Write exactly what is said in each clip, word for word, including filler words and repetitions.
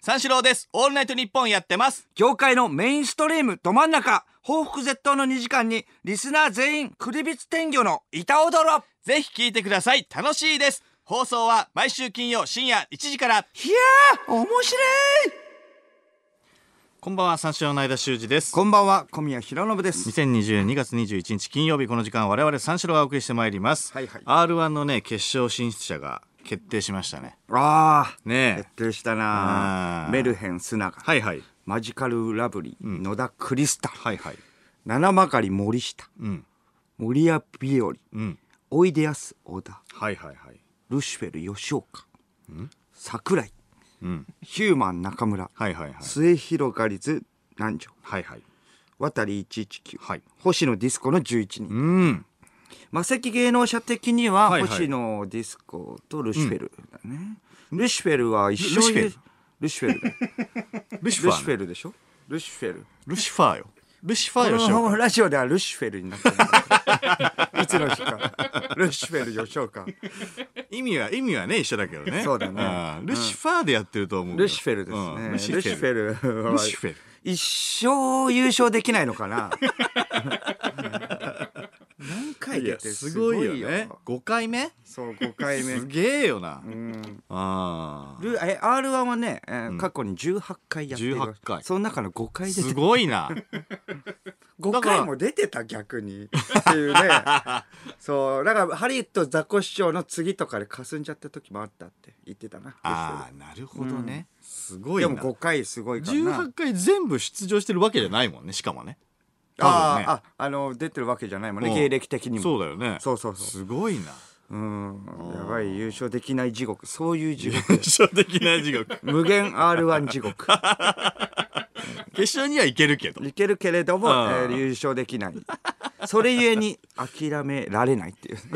三四郎です。オールナイトニッポンやってます。 業界のメインストリームど真ん中、報復絶倒のにじかんにリスナー全員クリビツ天魚の板踊ろ。 ぜひ聞いてください。楽しいです。放送は毎週金曜深夜いちじから。いやー面白い。 こんばんは、三四郎の間修二です。 こんばんは、小宮浩信です。 にせんにじゅうにがつにじゅういちにち金曜日、この時間我々三四郎がお送りしてまいります、 はいはい、 アールワン のね決勝進出者が決定しましたね。 ああねえ決定したな。メルヘン砂川、 はいはい、 マジカルラブリー、うん、野田クリスタル、 はいはい、 七曲森下、うん、森谷日和、うん、おいでやす小田、 はいはいはい、 ルシフェル吉岡、うん、桜井、 うん、 ヒューマン中村、 はいはいはい、 末広がりず南條、 はいはい、 渡りいちいちきゅう、 はい、 星野ディスコのじゅういちにん、 うん、 魔石芸能者的には、はいはい、星野ディスコとルシフェルだね、うん、ルシフェルは一緒にルシフェルルシフェルでしょ。ルシフェルルシファーよ。ルシファーよしようか。 ラジオではルシフェルになってるいつの日かルシフェル吉岡。 意味は意味はね一緒だけどね。 そうだね。 ルシファーでやってると思う、うん、 ルシフェルですね、うん、ルシフェルルシフェル一生優勝できないのかな何回出てすごいよね。ごかいめ。 そうごかいめすげえよな、うん、 あーえ アールワン はね、えーうん、過去にじゅうはちかいやってる。 じゅうはちかい。 その中のごかい出てる。 すごいなごかいも出てた逆にっていうねそうだからハリウッドザコシショウの次とかで霞んじゃった時もあったって言ってたな。 ああなるほどね、うん、すごいな。 でもごかいすごいからな。 じゅうはちかい全部出場してるわけじゃないもんね。しかもねあねああの出てるわけじゃないもんね、芸歴的にも。 そうだよね。 そうそうそう、 すごいな。 うんやばい。優勝できない地獄。そういう地獄。 優勝できない地獄無限 アールワン 地獄決勝にはいけるけどいけるけれども、えー、優勝できない。それゆえに諦められないっていう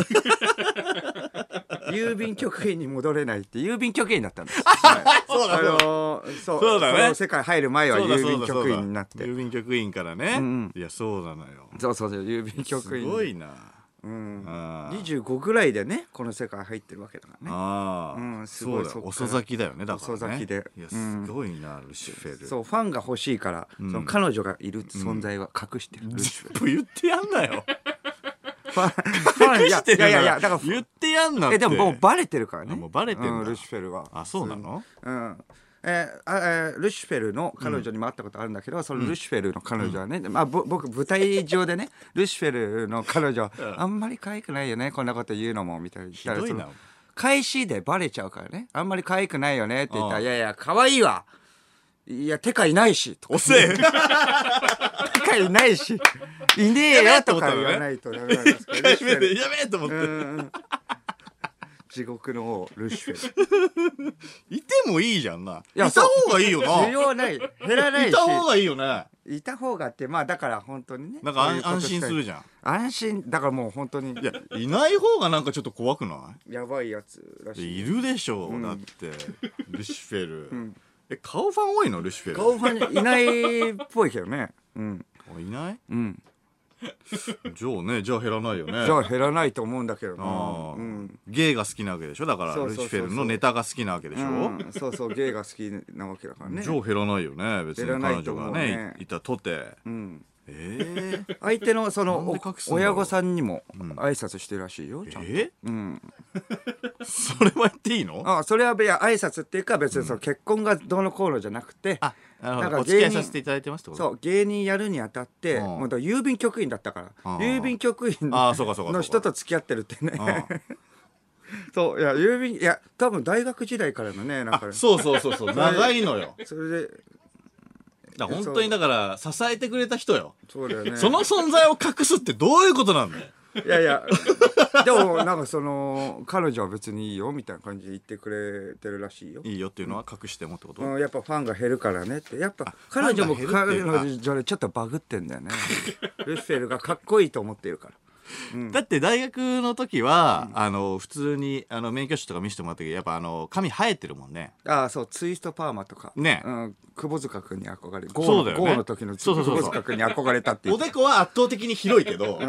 郵便局員に戻れないって郵便局員だったんです、はい、そうだ、あのー、そうそうだね。 その世界入る前は郵便局員になって。 郵便局員からね、うん、いやそうなのよ。 そうそうそう郵便局員すごいな。 うん、にじゅうごぐらいでねこの世界入ってるわけだからね。 ああ、うん、すごい。そうだ遅咲きだよね。だからね遅咲きで。 いやすごいな、うん、ルシフェル。そうファンが欲しいから、うん、その彼女がいる存在は隠してる、うん、ルシフェル言ってやんなよファン隠してる。いやいやいやだから言ってやんなって。 えでももうバレてるからね。 もうバレてる、うん、 ルシフェルは。 あそうなの。 うんえーえー、ルシフェルの彼女にも会ったことあるんだけど、うん、そのルシフェルの彼女はね、うんまあ、僕舞台上でねルシフェルの彼女は、うん、あんまり可愛くないよねこんなこと言うのもみたいな言ったら、その開始でバレちゃうからね。あんまり可愛くないよねって言ったら、いやいや可愛いわ、いやてかいないしとか遅えてかいないしいねえよとか言わないとダメなんですけど、 やめてやめてと思って、うん地獄の王ルシフェルいてもいいじゃんな。いやいた方がいいよな。 需要ない減らないし。 いた方がいいよね。 いた方がってまあだから本当にねなんか安心するじゃん。 安心だからもう本当に。 いやいない方がなんかちょっと怖くない？ やばいやつらしい。 いるでしょう、うん、だってルシフェル、うん、え顔ファン多いのルシフェル。 顔ファンいないっぽいけどね。うんいない？ うんじゃあねじゃあ減らないよね。 じゃあ減らないと思うんだけどな、 うん、ゲイが好きなわけでしょ。だからルシフェルのネタが好きなわけでしょ、うん、 そうそうゲイが好きなわけだからね。 じゃあ減らないよね別に。彼女がねいたとて、うん、えー、 相手のその親御さんにも挨拶してるらしいよ、ちゃんと。 えー、うんそれは言っていいの？ あそれはいや挨拶っていうか別にその結婚がどうのこうのじゃなくて、 あなんかお付き合いさせていただいてますってこと？ そう芸人やるにあたって、うん、もう郵便局員だったから郵便局員の人と付き合ってるってねそういや郵便いや多分大学時代からのねなんか、ね、 そうそうそうそう長いのよ。 それでだ本当にだから支えてくれた人よ。 そうだよね。 その存在を隠すってどういうことなんだよ。 いやいやでもなんかその彼女は別にいいよみたいな感じで言ってくれてるらしいよ。 いいよっていうのは隠してもってこと？ うん、やっぱファンが減るからねって。やっぱ彼女も彼女でちょっとバグってんだよねルシフェルがかっこいいと思っているから。 うん、だって大学の時は、うん、あの普通にあの免許証とか見せてもらったけどやっぱあの髪生えてるもんね。 ああそうツイストパーマとかね、うん、窪塚君に憧れる。 そうだよね。 ゴーの時の窪塚君に憧れたっていう。 おでこは圧倒的に広いけど、うん、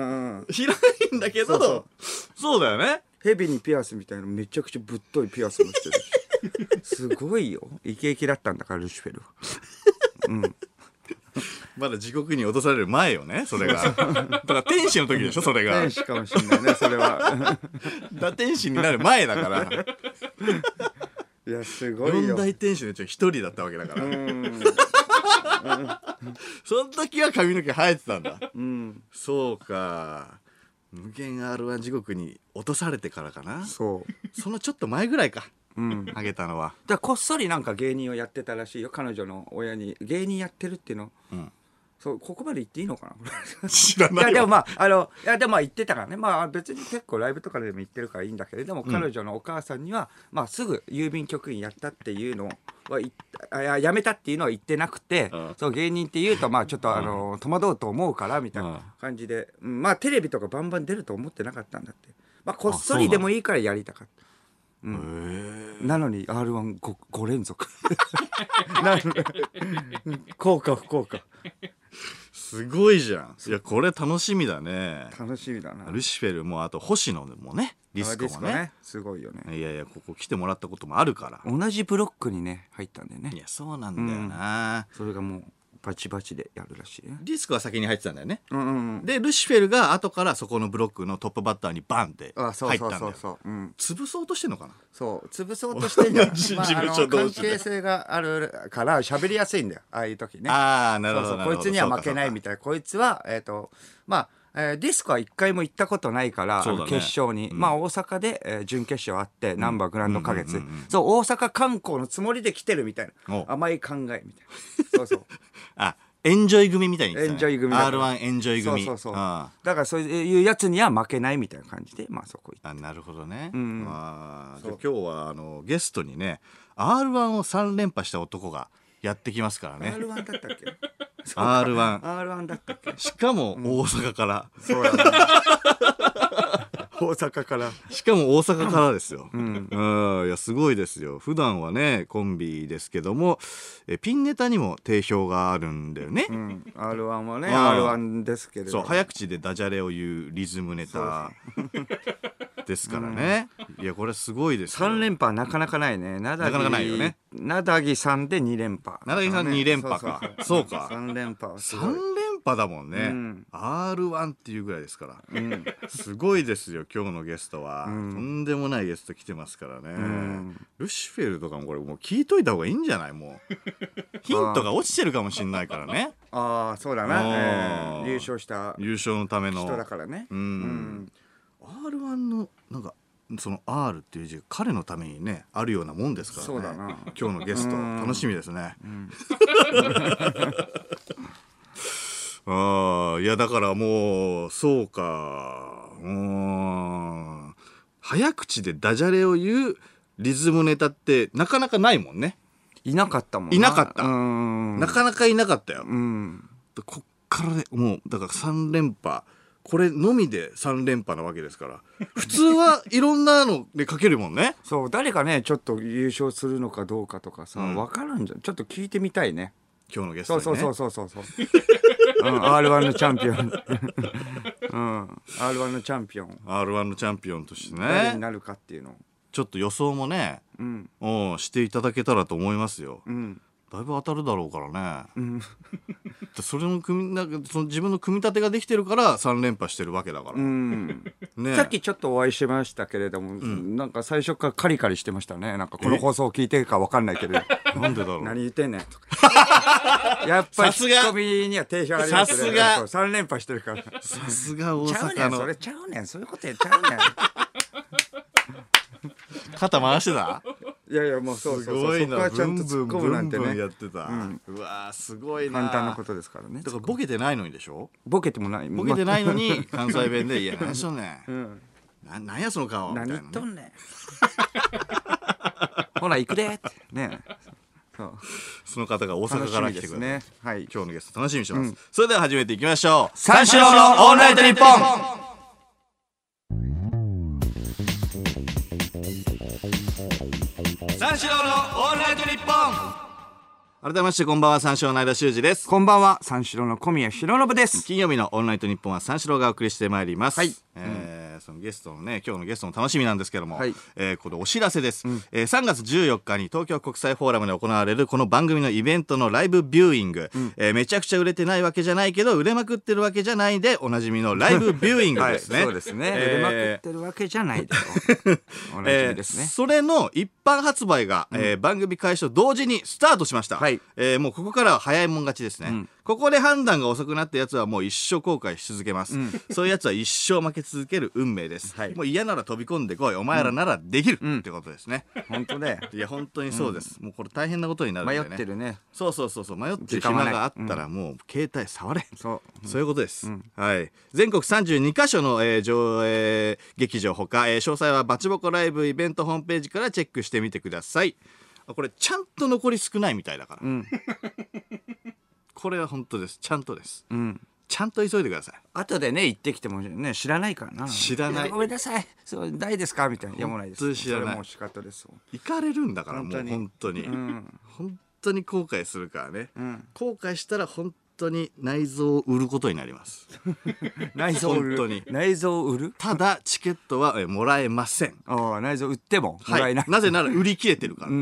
広いんだけどそうそうそうだよね。 ヘビにピアスみたいなめちゃくちゃぶっといピアスもしてるすごいよ、イケイケだったんだからルシフェルは。うんまだ地獄に落とされる前よねそれがだから天使の時でしょそれが天使かもしれないねそれは。 だ天使になる前だからいやすごいよ。 四大天使のうちの一人だったわけだからうんその時は髪の毛生えてたんだうんそうか無限 アールワン 地獄に落とされてからかなそうそのちょっと前ぐらいかうんあげたのはだからこっそりなんか芸人をやってたらしいよ、彼女の親に。芸人やってるっていうの、 うんそうここまで言っていいのかな。 知らないよいやでもまああのいやでもまあ言ってたからね、まあ別に結構ライブとかでも言ってるからいいんだけれども、 うん彼女のお母さんにはまあすぐ郵便局員やったっていうのは言っあいややめたっていうのは言ってなくて、 うんそう芸人って言うとまあちょっとあの戸惑うと思うからみたいな感じで、うんまあテレビとかバンバン出ると思ってなかったんだって。まあこっそりでもいいからやりたかった。うん、なのに アールワン ご, ご連続なん効果不効果すごいじゃん。いやこれ楽しみだね。 楽しみだな。 ルシフェルもあと星野もねディスコも ね, ねすごいよね。 いやいやここ来てもらったこともあるから同じブロックにね入ったんだよね。 いやそうなんだよな、 うん、それがもうバチバチでやるらしいね。 ディスコは先に入ってたんだよね、 うんうんうん、 でルシフェルが後からそこのブロックのトップバッターにバンって入ったんだよ。 そうそうそうそう、うん、 潰そうとしてんのかな。 そう潰そうとしてんじゃん。 事まあ、 務所同士で関係性があるから喋りやすいんだよああいう時ね。 ああなるほどそうそうこいつには負けないみたいな。こいつはえっ、ー、とまあえー、ディスコは一回も行ったことないから、ね、決勝に、うん、まあ大阪で、えー、準決勝あってナンバーグランド花月、うんうんうんうん、そう大阪観光のつもりで来てるみたいな甘い考えみたいなそうそうあエンジョイ組みたいに言ってた、ね、 エンジョイ組アールワン エンジョイ組そうそうそうだからそういうやつには負けないみたいな感じでまあそこ行って。 あなるほどね、 うんあじゃあ今日はあのゲストにね アールワン をさん連覇した男がやってきますからね。 アールワン だったっけアールワンアールワン だったっけ。 しかも大阪から、 うん、そうやね大阪からしかも大阪からですよ、 うん、 うんいやすごいですよ。普段はねコンビですけどもえピンネタにも定評があるんだよね、 うん、アールワン はね アールワン ですけれどそう早口でダジャレを言うリズムネタですからね、うん、いやこれすごいですよ。 さん連覇はなかなかないね。なだぎなかなかないよね。 なだぎさんでに連覇、 なだぎさんに連覇か。そうかさん連覇はすごい。 さん連覇だもんね、うん、アールワン っていうぐらいですから、うん、すごいですよ今日のゲストは、うん、とんでもないゲスト来てますからね、うん、ルシフェルとかもこれもう聞いといた方がいいんじゃない。もうヒントが落ちてるかもしんないからね。 ああそうだな、えー、優勝した優勝のための人だからね。 うん、うん、アールワン のなんかその R っていう字が彼のためにねあるようなもんですからね。 そうだな。 今日のゲスト楽しみですね、うん、ああいやだからもうそうかうん早口でダジャレを言うリズムネタってなかなかないもんね。 いなかったもんな。 いなかった。 うんなかなかいなかったよ、 うん、 こっからねもうだからさん連覇これのみでさん連覇なわけですから普通はいろんなのでかけるもんね。 そう誰かねちょっと優勝するのかどうかとかさ、うん、分かるんじゃん。ちょっと聞いてみたいね今日のゲストにね。 そうそうそうそうそう、うん、アールワン のチャンピオン、うん、アールワン のチャンピオンアールワン のチャンピオンとしてね誰になるかっていうのをちょっと予想もね、うん、していただけたらと思いますよ、うん、だいぶ当たるだろうからね、うん、それの組なんかその自分の組み立てができてるからさん連覇してるわけだから、うんね、 さっきちょっとお会いしましたけれども、うん、なんか最初からカリカリしてましたね。なんかこの放送を聞いてるか分かんないけどなんでだろう何言ってんねんとかやっぱりツッコミには定評ありますね。 さすがさん連覇してるからさすが大阪のちゃうねんそれちゃうねんそういうことやっちゃうねん肩回してた。 いやいやもうそうそうそうすごいな。 そこはちゃんと突っ込むなんてねブンブンやってた、うん、うわすごいな。 簡単なことですからね。 だからボケてないのにでしょ。 ボケてもないボケてないのに関西弁でいや何しとんねん、うん、ななんやその顔何言っとんねんほら行くでってねそうその方が大阪から来てくれる、 ねはい、 今日のゲスト楽しみにしてます、うん、それでは始めていきましょう。 三四郎のオールナイトニッポン。 三四郎のオールナイトニッポン。改めましてこんばんは、三四郎の間修二です。 こんばんは、三四郎の小宮浩信です。 金曜日のオールナイトニッポンは三四郎がお送りしてまいります、 はい、 えーうん、 そのゲストのね今日のゲストの楽しみなんですけども、 はいえー、これお知らせです、うんえー、さんがつじゅうよっかに東京国際フォーラムで行われるこの番組のイベントのライブビューイング、うんえー、めちゃくちゃ売れてないわけじゃないけど売れまくってるわけじゃないでおなじみのライブビューイングですね、 はい、そうですね、えー、売れまくってるわけじゃないでおなじみですね、 えー、それの一般発売が、うんえー、番組開始と同時にスタートしました、はいえー、もうここからは早いもん勝ちですね、うんここで判断が遅くなったやつはもう一生後悔し続けます、うん、そういうやつは一生負け続ける運命です、はい、もう嫌なら飛び込んでこいお前らならできる、うん、ってことですね、 本当ねいや本当にそうです、うん、もうこれ大変なことになるんでね迷ってるねそうそうそうそう迷ってる暇があったらもう携帯触れ、うん、そう、そういうことです、うん、はい全国さんじゅうにかしょの、えー、上映劇場ほか、えー、詳細はバチボコライブイベントホームページからチェックしてみてくださいこれちゃんと残り少ないみたいだから、うんこれは本当ですちゃんとです、うん、ちゃんと急いでください後でね行ってきてもね知らないからな知らないごめんなさいそう大ですかみたいなやもないです知らないそれも仕方です行かれるんだからもう本当に、うん、本当に後悔するからね、うん、後悔したら本当に内臓を売ることになります内臓売る本当に内臓を売るただチケットはえもらえませんああ内臓売ってももらえない、 はい、なぜなら売り切れてるから、 うん、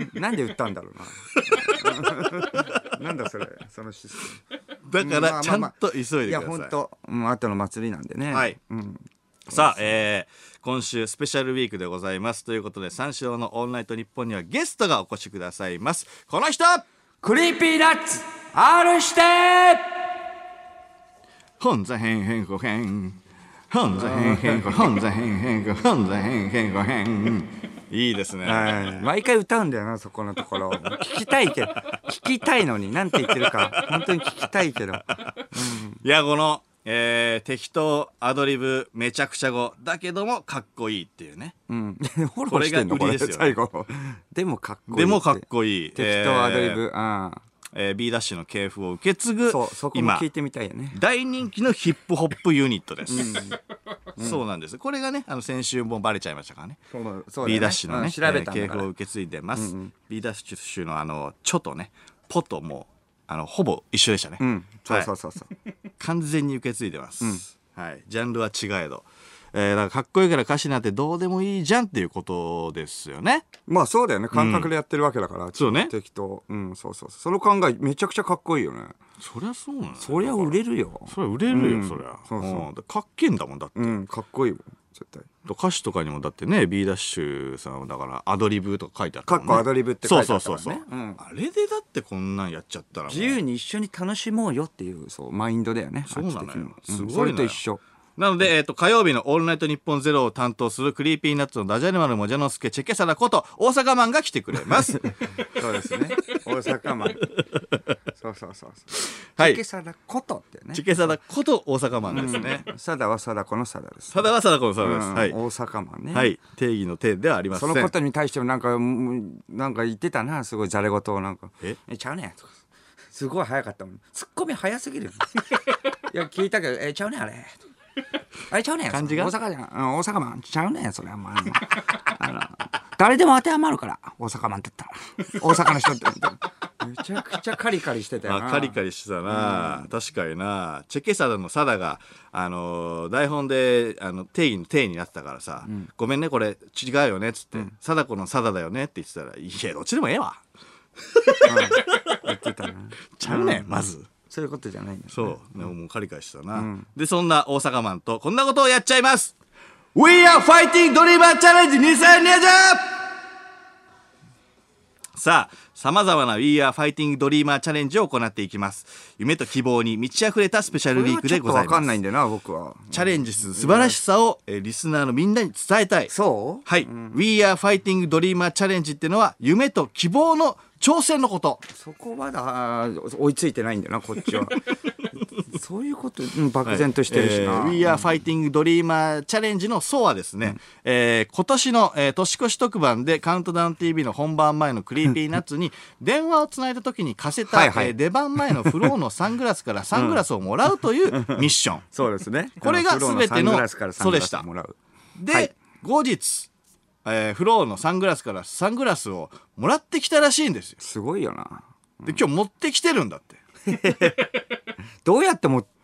なんで売ったんだろうななんだそれそのシステムだからちゃんと急いでください、いや本当もう後の祭りなんでねはい、うん、さあ、えー、今週スペシャルウィークでございますということで三四郎のオールナイトニッポンにはゲストがお越しくださいますこの人クリーピーナッツ R してほんざへんへんこへんほんざへんへんこほんざへんへんこほんざへんへんこへんいいですね、 はい、毎回歌うんだよなそこのところ聞きたいけど聞きたいのになんて言ってるか本当に聞きたいけど、うん、 いやこの、えー、適当アドリブめちゃくちゃ語だけどもかっこいいっていうね、うん、これが売りですよ、ね、 最後でもかっこいいでもかっこいい適当アドリブ、えー、ああえー、B ダッシュの系譜を受け継ぐそうそこも聞いてみたいよね大人気のヒップホップユニットです、うん、そうなんですこれがねあの先週もバレちゃいましたからねそうそう、ね、B ダッシュのね、うん、調べたんだから、えー、系譜を受け継いでます、うんうん、B ダッシュのあのチョとねポともあのほぼ一緒でしたね、うん、 そうそうそうそう、 はい、完全に受け継いでます、うんはい、ジャンルは違えどえー、だからかっこいいから歌詞なんてどうでもいいじゃんっていうことですよねまあそうだよね感覚でやってるわけだから、うん、 そうね適当うんそうそうその考えめちゃくちゃかっこいいよねそりゃそうなのそりゃ売れるよそりゃ売れるよ、うん、そりゃそうそう、うん、 かっけんだもんだって、 うん、かっこいいもん絶対歌詞とかにもだってね B ダッシュさんはだからアドリブとか書いてあったもんねかっこアドリブって書いてあったもんねそうそうそうそう、うん、あれでだってこんなんやっちゃったら自由に一緒に楽しもうよっていうそうマインドだよねそうなのよすごい、 うん、それと一緒なので、えー、と火曜日の「オールナイトニッポンゼロを担当するクリーピーナッツのダジャレ丸もじゃのすけチェケサダこと大阪マンが来てくれますそうですね大阪マンそうそうそうそう、 はい、 チェケサダことってねチェケサダこと大阪マンですね、 うん、サダはサダコのサダです、ね、 サダはサダコのサダです、うんはい、 大阪マンねはい定義の定ではありませんそのことに対してもなんかなんか言ってたなすごいざれ言をなんかええちゃうねとかすごい早かったもんツッコミ早すぎるいや聞いたけどえちゃうねあれあれちゃうねん感じが大阪じゃん、うん、大阪マンちゃうねんそれはまああの誰でも当てはまるから大阪マンって言ったら大阪の人ってめちゃくちゃカリカリしてたよなカリカリしてたな、うん、確かになチェケサダのサダが、あのー、台本であの定義の定になってたからさ、うん、ごめんねこれ違うよねっつって、うん、サダコのサダだよねって言ってたらいやどっちでもええわ、 うん、言ってたなちゃうねん、うん、まずそういうことじゃないんだ、ね、 そう、うん、もうカリカリしてたな、うん、でそんな大阪マンとこんなことをやっちゃいます We are fighting Dreamer Challenge にせんにじゅうさあさまざまな We are fighting Dreamer Challenge を行っていきます夢と希望に満ち溢れたスペシャルウィークでございます。これはちょっと分かんないんだよな僕は。チャレンジする素晴らしさを、えー、リスナーのみんなに伝えたい。 そうはい、うん、We are fighting Dreamer Challenge っていうのは夢と希望の挑戦のこと。 そこまだ追いついてないんだよなこっちはそういうこと、うん、漠然としてるしな、 はいえー、We are fighting Dreamer Challenge の層はですね、うんえー、今年の、えー、年越し特番でカウントダウン ティーブイ の本番前のクリーピーナッツに電話をつないだ時に貸せたはい、はいえー、出番前のフローのサングラスからサングラスをもらうというミッション、うん、 そうですねこれが全てのそうでしたで、はい、後日えー、フローのサングラスからサングラスをもらってきたらしいんですよ。 すごいよな、 うん、で今日持ってきてるんだってどうやっても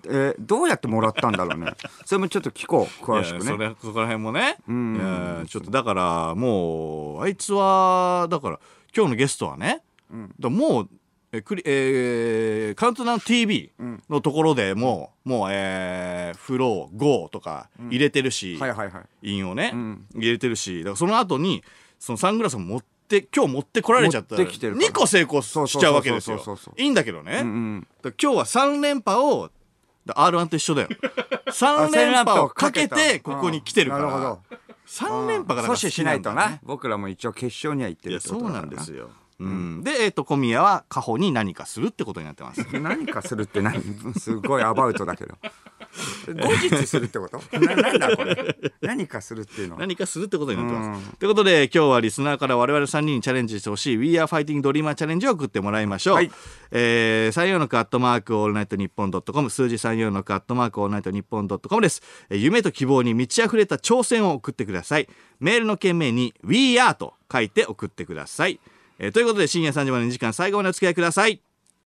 えー、どうやってもらったんだろうね。それもちょっと聞こう詳しくね。 いやそれそこら辺もね、うん、いやちょっとだからもうあいつはだから今日のゲストはね、うん、だもうえクリ、えー、カウントダウン ティービー のところでもう、うん、もう、えー、フロー ゴー とか入れてるし、 うんはいはいはい、 韻をね、うん、入れてるし、だからその後にそのサングラスを持って今日持ってこられちゃったらにこ成功しちゃうわけですよ。いいんだけどね、うんうん、だ今日はさん連覇を アールワン と一緒だよさん連覇をかけてここに来てるから、うん、なるほどさん連覇がだから好きなんだ、ね、 阻止しないとな。僕らも一応決勝には行ってるってことだからな。 いやそうなんですよ。うん、で、えーと、小宮はカホに何かするってことになってます何かするって何すごいアバウトだけど後日するってことななんだこれ何かするっていうのは何かするってことになってます、うん、ということで今日はリスナーから我々さんにんにチャレンジしてほしい We are Fighting Dreamer チャレンジを送ってもらいましょう、はい、えー、さんじゅうよんのカットマークオールナイトニッポンドットコム数字さんじゅうよんのカットマークオールナイトニッポンドットコムです、えー、夢と希望に満ち溢れた挑戦を送ってください。メールの件名に We are と書いて送ってください。えー、ということで深夜さんじまでにじかん最後までお付き合いください。